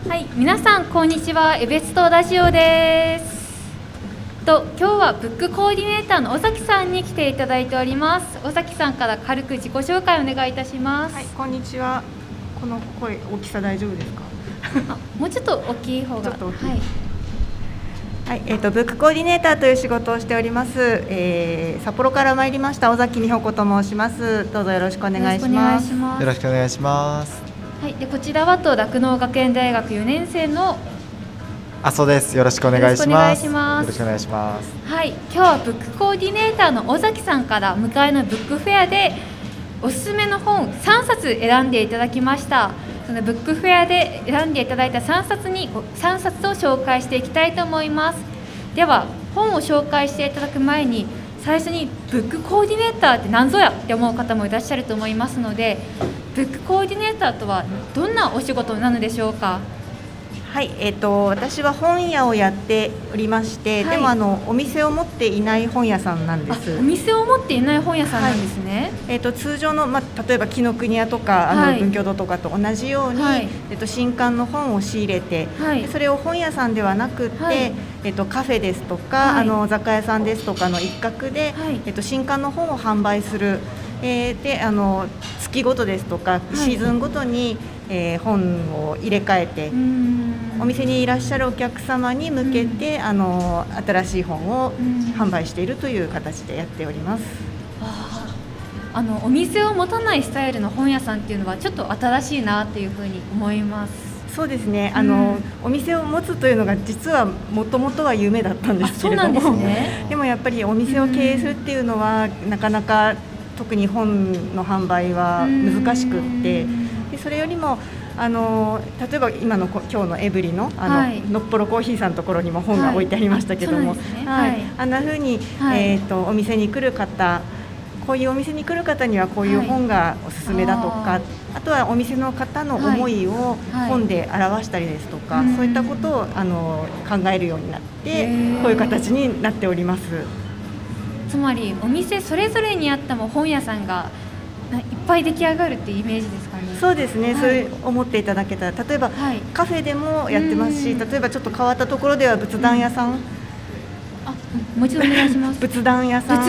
はい、皆さんこんにちは。エベストラジオです。今日はブックコーディネーターの尾崎さんに来ていただいております。尾崎さんから軽く自己紹介お願いいたします。 はい、こんにちは。この声大きさ大丈夫ですか？ もうちょっと大きい方が。 ちょっと大きい。 はい。 はい、ブックコーディネーターという仕事をしております。札幌から参りました尾崎美穂子と申します。どうぞよろしくお願いします。 よろしくお願いします。 はい、でこちらは酪農学園大学4年生のそうです。よろしくお願いします。よろしくお願いします。 はい、今日はブックコーディネーターの尾崎さんから向かいのブックフェアでおすすめの本3冊選んでいただきました。そのブックフェアで選んでいただいた3冊を紹介していきたいと思います。では本を紹介していただく前に最初にブックコーディネーターって何ぞやって思う方もいらっしゃると思いますので、ブックコーディネーターとはどんなお仕事なのでしょうか？ はい、私は本屋をやっておりまして、はい、でもお店を持っていない本屋さんなんです。 お店を持っていない本屋さんなんですね。 はい、通常の、例えば紀ノ国屋とか文教堂とかと同じように、はい、新刊の本を仕入れて、はい、それを本屋さんではなくて、はい、カフェですとか、はい、雑貨屋さんですとかの一角で、はい、新刊の本を販売する、で月ごとですとか、シーズンごとに、本を入れ替えてお店にいらっしゃるお客様に向けて、新しい本を販売しているという形でやっております。 お店を持たないスタイルの本屋さんっていうのはちょっと新しいなというふうに思います。 そうですね、お店を持つというのが実はもともとは夢だったんですけれども、でもやっぱりお店を経営するっていうのはなかなか特に本の販売は難しくって、でそれよりも例えば今日のエブリのはい、のっぽろコーヒーさんのところにも本が置いてありましたけども、あんな風に、はい、お店に来る方、こういうお店に来る方にはこういう本がおすすめだとか、あとはお店の方の思いを本で表したりですとか、そういったことを考えるようになってこういう形になっております。 つまりお店それぞれにあっても本屋さんがいっぱい出来上がるっていうイメージですかね。 そうですね、はい、そう思っていただけたら、例えば、はい、カフェでもやってますし、例えばちょっと変わったところでは仏壇屋さん、 もう一度お願いします。 仏壇屋さん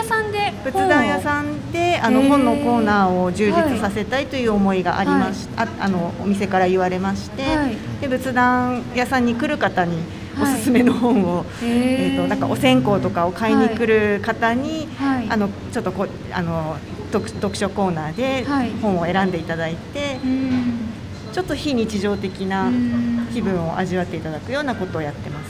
で本のコーナーを充実させたいという思いがありまし、はい、お店から言われまして、はい、で仏壇屋さんに来る方におすすめの本を、なんかお線香とかを買いに来る方に、はい、ちょっと読書コーナーで本を選んでいただいて、ちょっと非日常的な気分を味わっていただくようなことをやってます。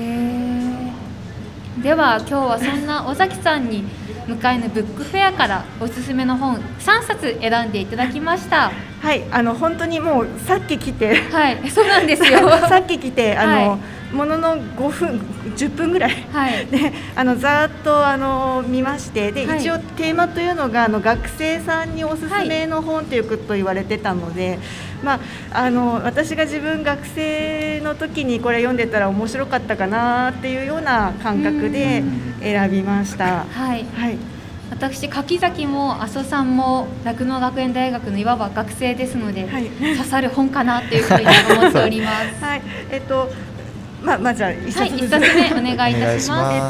では今日はそんな尾崎さんに向かいのブックフェアからおすすめの本3冊選んでいただきました。 はい、本当にもうさっき来て、 はい、そうなんですよ。 さっき来てものの5分10分ぐらい、はい、でざーっと見まして、で、一応テーマというのが学生さんにおすすめの本ということ言われてたので、私が自分学生の時にこれ読んでたら面白かったかなっていうような感覚で選びました。はい、はい、 私柿崎も阿蘇さんも酪農学園大学のいわば学生ですので、はい、刺さる本かなというふうに思っております。 はい、じゃあ1冊目お願いいたします。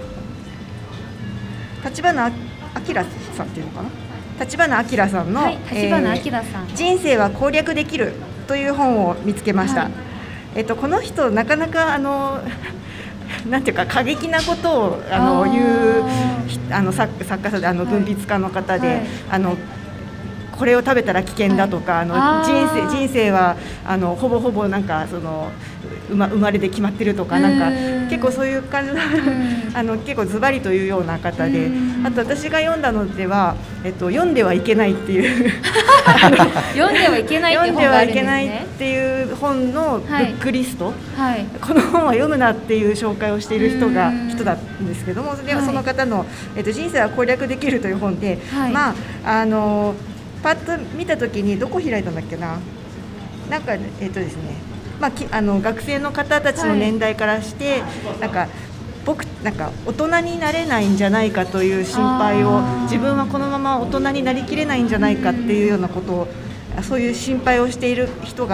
立花明さんっていうのかな、立花明さんの、 立花明さん、 人生は攻略できるという本を見つけました。はい、この人なかなかなんていうか過激なことを言う作家さんで文筆家の方で、これを食べたら危険だとか、人生はほぼほぼなんか生まれで決まってるとか、なんか結構そういう感じの結構ズバリというような方で、あと私が読んだのでは、読んではいけないっていう読んではいけないっていう本のブックリスト、はい、この本は読むなっていう紹介をしている人だったんですけども、ではその方の、人生は攻略できるという本で、パッと見たときにどこ開いたんだっけな、なんかですね、学生の方たちの年代からして、なんか大人になれないんじゃないかという心配を、自分はこのまま大人になりきれないんじゃないかっていうようなことを、そういう心配をしている人が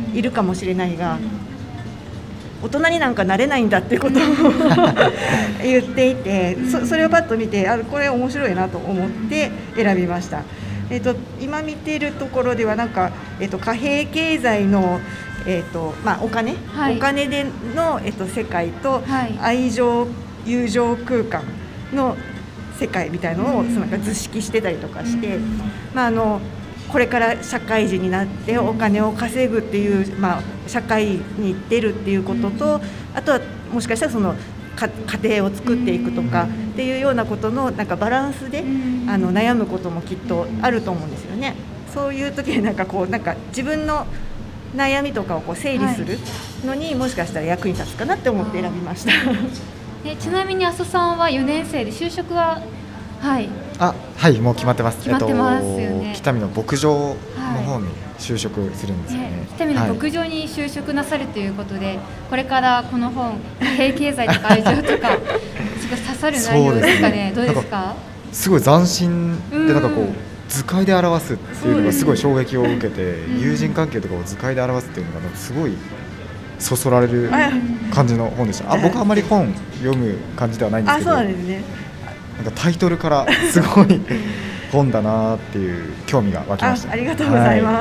いるかもしれないが、大人になんかなれないんだっていうことを言っていて、それをパッと見て、これ面白いなと思って選びました。今見ているところではなんか、貨幣経済の、お金での、世界と、愛情友情空間の世界みたいなのをなんか図式してたりとかして、これから社会人になってお金を稼ぐっていう、社会に出るっていうことと、あとはもしかしたらその家庭を作っていくとかっていうようなことのなんかバランスで悩むこともきっとあると思うんですよね。そういう時になんか自分の悩みとかを整理するのにもしかしたら役に立つかなって思って選びました。 ちなみに阿蘇さんは4年生で就職はもう決まってます。 決まってますよね。 北見の牧場の方に就職するんですよね。 北見の牧場に就職なさるということで、これからこの本貨幣経済とか愛情とかすごい刺さる内容ですかね。どうですか？ すごい斬新で、なんかこう図解で表すっていうのがすごい衝撃を受けて、友人関係とかを図解で表すっていうのがすごいそそられる感じの本でした。僕はあまり本読む感じではないんですけど、 そうですね。 なんかタイトルからすごい本だなっていう興味が湧きました。 ありがとうございます。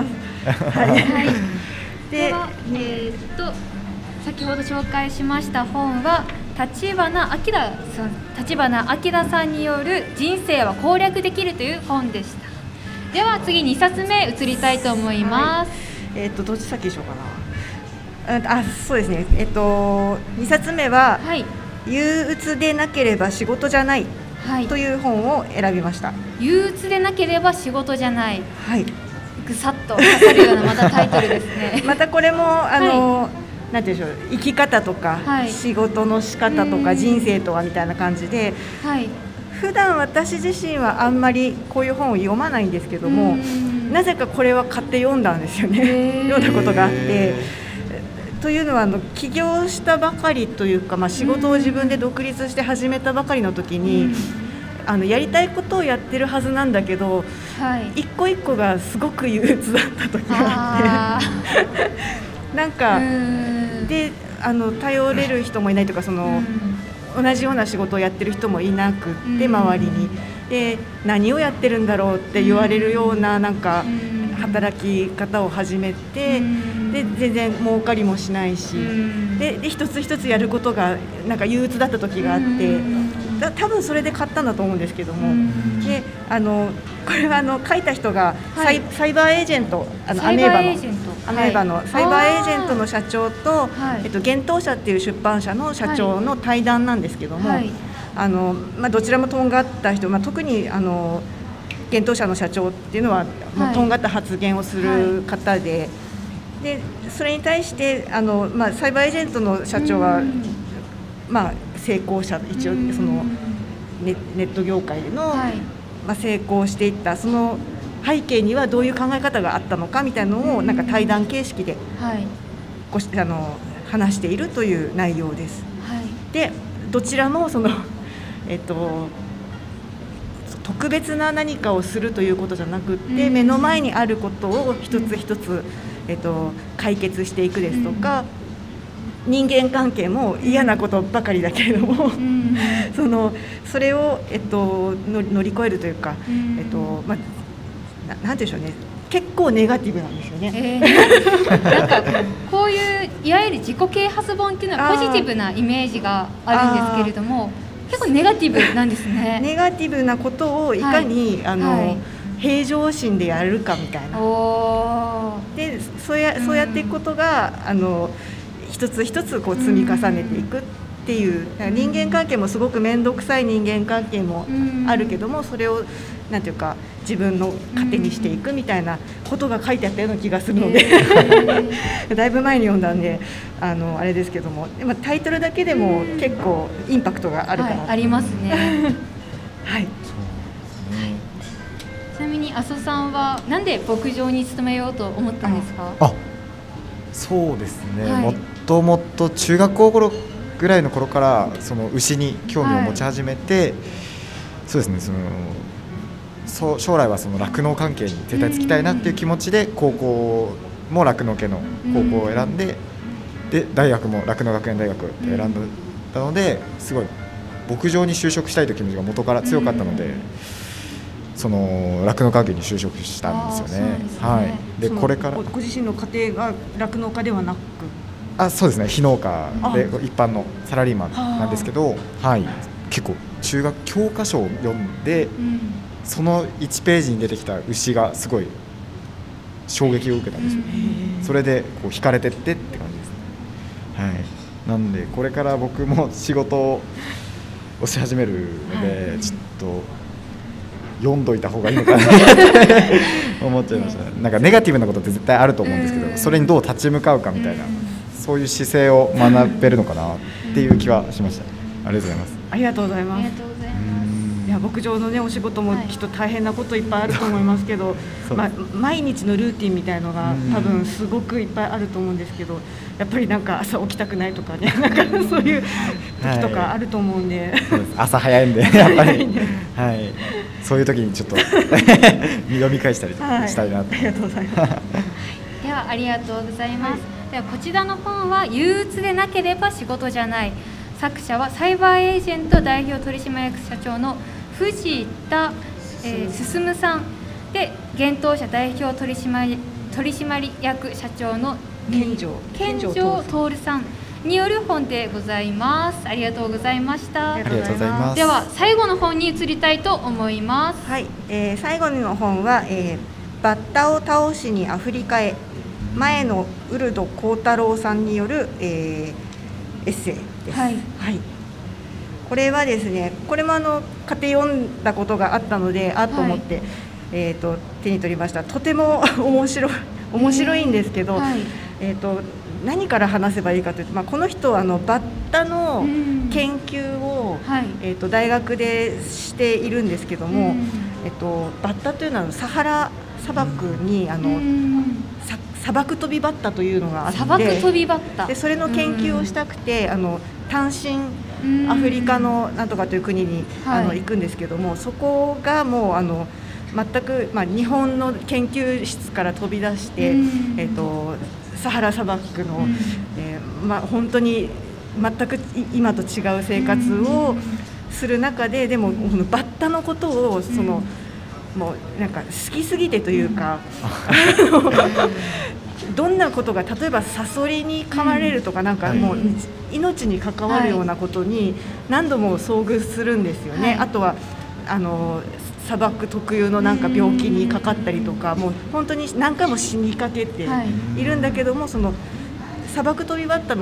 では、先ほど紹介しました本は立花明さんによる人生は攻略できるという本でした。では次2冊目移りたいと思います。 どっち先にしようかな。そうですね。2冊目は、憂鬱でなければ仕事じゃないという本を選びました。 憂鬱でなければ仕事じゃない。ぐさっと刺さるようなまたタイトルですね。 またこれもなんていうんでしょう、生き方とか、仕事の仕方とか人生とはみたいな感じで、普段私自身はあんまりこういう本を読まないんですけども、なぜかこれは買って読んだんですよね。読んだことがあって。というのは起業したばかりというか、仕事を自分で独立して始めたばかりの時に、やりたいことをやってるはずなんだけど、一個一個がすごく憂鬱だった時があってなんかで頼れる人もいないとか、同じような仕事をやってる人もいなくって周りに、で何をやってるんだろうって言われるようななんか働き方を始めて、で全然儲かりもしないし、で一つ一つやることがなんか憂鬱だった時があって、多分それで買ったんだと思うんですけども、でこれは書いた人がサイバーエージェント、アメーバのサイバーエージェントの社長と、幻冬舎っていう出版社の社長の対談なんですけども、どちらもとんがった人、特に幻冬舎の社長っていうのはとんがった発言をする方で、でそれに対してサイバーエージェントの社長は、成功者、一応そのネット業界での、成功していったその背景にはどういう考え方があったのかみたいなのをなんか対談形式で話しているという内容です。でどちらも特別な何かをするということじゃなくって、目の前にあることを一つ一つ、解決していくですとか、人間関係も嫌なことばかりだけれども、それを、乗り越えるというか、なんていうんでしょうね、結構ネガティブなんですよね。 なんかこういういわゆる自己啓発本っていうのはポジティブなイメージがあるんですけれども、結構ネガティブなんですね。 ネガティブなことをいかに、平常心でやるかみたいな。でそうやっていくことが一つ一つこう積み重ねていくっていう、人間関係もすごく面倒くさい人間関係もあるけども、それをなんていうか自分の糧にしていくみたいなことが書いてあったような気がするのでだいぶ前に読んだんであれですけども、タイトルだけでも結構インパクトがあるかな、 ありますね。ちなみに阿蘇さんはなんで牧場に勤めようと思ったんですか？ そうですね、もともと中学校ぐらいの頃からその牛に興味を持ち始めて、そうですね、将来はその酪農関係に絶対つきたいなっていう気持ちで高校も酪農系の高校を選んで、で大学も酪農学園大学って選んだので、すごい牧場に就職したいという気持ちが元から強かったので、その酪農関係に就職したんですよね。はい。でこれからご自身の家庭が酪農家ではなく、 そうですね、非農家で一般のサラリーマンなんですけど、はい、結構中学教科書を読んで、その1ページに出てきた牛がすごい衝撃を受けたんですよ。それでこう惹かれてってって感じですね。はい。なんでこれから僕も仕事をし始めるので、ちょっと読んどいた方がいいのかなって思っちゃいました。なんかネガティブなことって絶対あると思うんですけど、それにどう立ち向かうかみたいな、そういう姿勢を学べるのかなっていう気はしました。ありがとうございます。 ありがとうございます。いや、牧場のねお仕事もきっと大変なこといっぱいあると思いますけど、毎日のルーティンみたいのが多分すごくいっぱいあると思うんですけど、やっぱりなんか朝起きたくないとかね、なんかそういう時とかあると思うんで、 そうです。朝早いんでやっぱり、はい、そういう時にちょっと読み返したりとかしたいなと、 ありがとうございます。 ではありがとうございます。ではこちらの本は憂鬱でなければ仕事じゃない。作者はサイバーエージェント代表取締役社長の藤田進さんで、現当社代表取締役社長の健城徹さんによる本でございます。ありがとうございました。 ありがとうございます。 では最後の本に移りたいと思います。 はい、最後の本は、バッタを倒しにアフリカへ、前のウルド幸太郎さんによる、エッセイです。はい、はい、これはですね、これも買って読んだことがあったので、と思って、手に取りました。とても面白いんですけど、何から話せばいいかというと、この人はバッタの研究を、大学でしているんですけども、バッタというのはサハラ砂漠に砂漠飛びバッタというのがあって、 砂漠飛びバッタでそれの研究をしたくて単身アフリカのなんとかという国に行くんですけども、そこがもう全く、日本の研究室から飛び出して、サハラ砂漠の、本当に全く今と違う生活をする中で、でもバッタのことをもうなんか好きすぎてというか、どんなことが例えばサソリに噛まれるとか、なんかもう命に関わるようなことに何度も遭遇するんですよね。あとは砂漠特有のなんか病気にかかったりとか、もう本当に何回も死にかけているんだけども、その砂漠飛びバッタの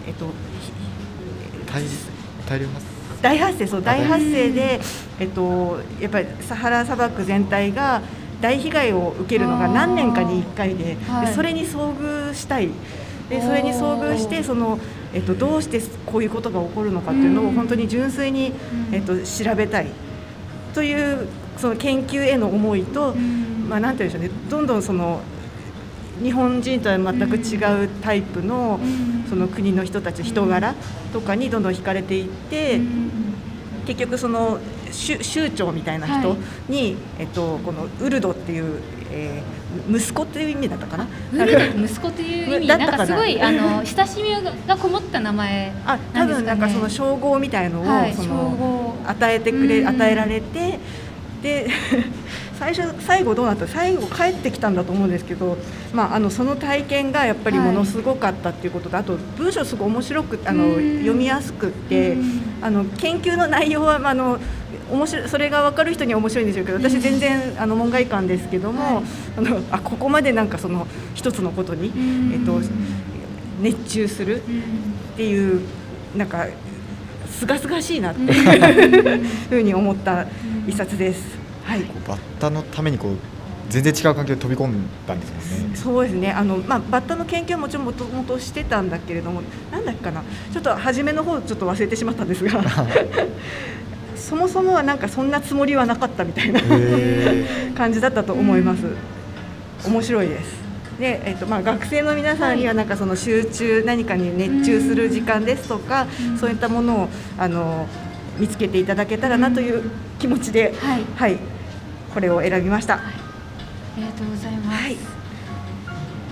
大発生で、やっぱりサハラ砂漠全体が大被害を受けるのが何年かに1回で、それに遭遇したい。でそれに遭遇してどうしてこういうことが起こるのかっていうのを本当に純粋に、調べたいというその研究への思いと、なんていうんでしょうね、どんどん日本人とは全く違うタイプのその国の人たち、人柄とかにどんどん惹かれていって、結局酋長みたいな人に、このウルドっていう、息子っていう意味だったかな。 ウルド息子という意味なんかすごい親しみがこもった名前なんですかね。 多分なんかその称号みたいのを与えられて、で最後どうなった、最後帰ってきたんだと思うんですけど、その体験がやっぱりものすごかったっていうことと、あと文章すごい面白く読みやすくって、研究の内容は面白い、それが分かる人には面白いんでしょうけど、私全然門外漢ですけども、ここまでなんかその一つのことに、熱中するっていうなんかすがすがしいなっていうふうに思った一冊です。はい、 バッタのために全然違う環境で飛び込んだんですもんね。 そうですね。バッタの研究はもちろんもともとしてたんだけれども、なんだっけかな、ちょっと初めの方ちょっと忘れてしまったんですがそもそもはなんかそんなつもりはなかったみたいな感じだったと思います。面白いです。で、学生の皆さんにはなんかその集中、何かに熱中する時間ですとか、そういったものを見つけていただけたらなという気持ちで、これを選びました。 ありがとうございます。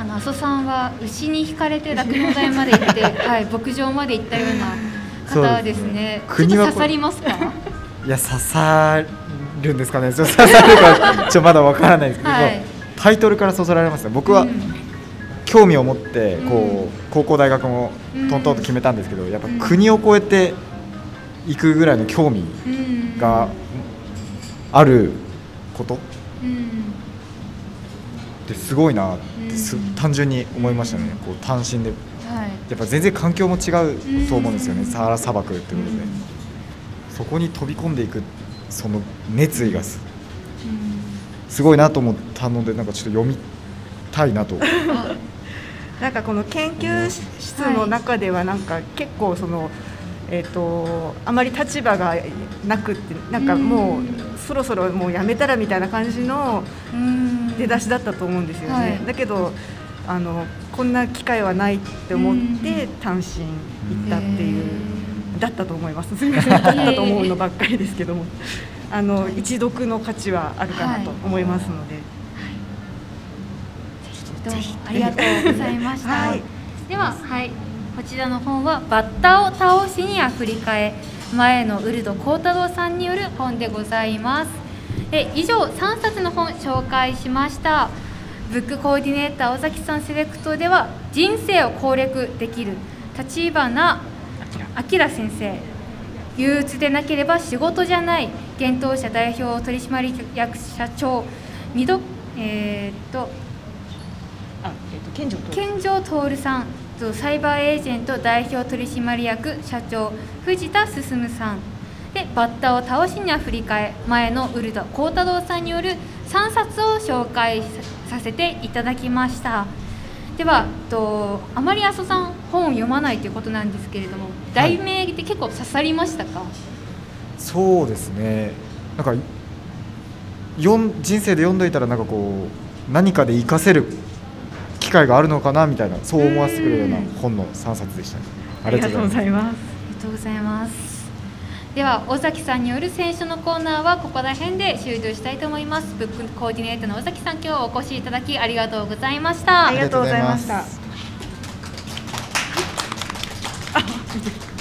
阿蘇さんは牛に引かれて酪農大まで行って、はい、牧場まで行ったような方ですね。ちょっと刺さりますか？ いや、刺さるんですかね。刺さるかまだわからないですけど、はい、タイトルからそそられますね。僕は、興味を持ってこう、高校大学もトントンと決めたんですけど、やっぱ国を越えていくぐらいの興味があることってすごいなって単純に思いましたね。こう単身で、やっぱ全然環境も違うと思うんですよね。サハラ砂漠ってことで、そこに飛び込んでいくその熱意がすごいなと思ったので、なんかちょっと読みたいなと。 なんかこの研究室の中ではなんか結構その、あまり立場がなくって、なんかもうそろそろもうやめたらみたいな感じの出だしだったと思うんですよね。だけどこんな機会はないって思って単身行ったっていうだったと思います。すみません、だったと思うのばっかりですけども、一読の価値はあるかなと思いますので。 ありがとうございました。では、こちらの本はバッタを倒しにアフリカへ、前のウルド幸太郎さんによる本でございます。以上3冊の本紹介しました。ブックコーディネーター尾崎さんセレクトでは、人生を攻略できる立花明先生、憂鬱でなければ仕事じゃない、幻冬舎代表取締役社長健城徹さんと、サイバーエージェント代表取締役社長藤田進さんで、バッタを倒しにアフリカへ、前のウルド幸太郎さんによる3冊を紹介させていただきました。ではあまり阿蘇さん本を読まないということなんですけれども、題名って結構刺さりましたか？ そうですね、なんか人生で読んどいたらなんかこう何かで活かせる機会があるのかなみたいな、そう思わせてくれるような本の3冊でしたね。 ありがとうございます。 ありがとうございます。では尾崎さんによる選書のコーナーはここら辺で終了したいと思います。ブックコーディネーターの尾崎さん、今日はお越しいただきありがとうございました。 ありがとうございました。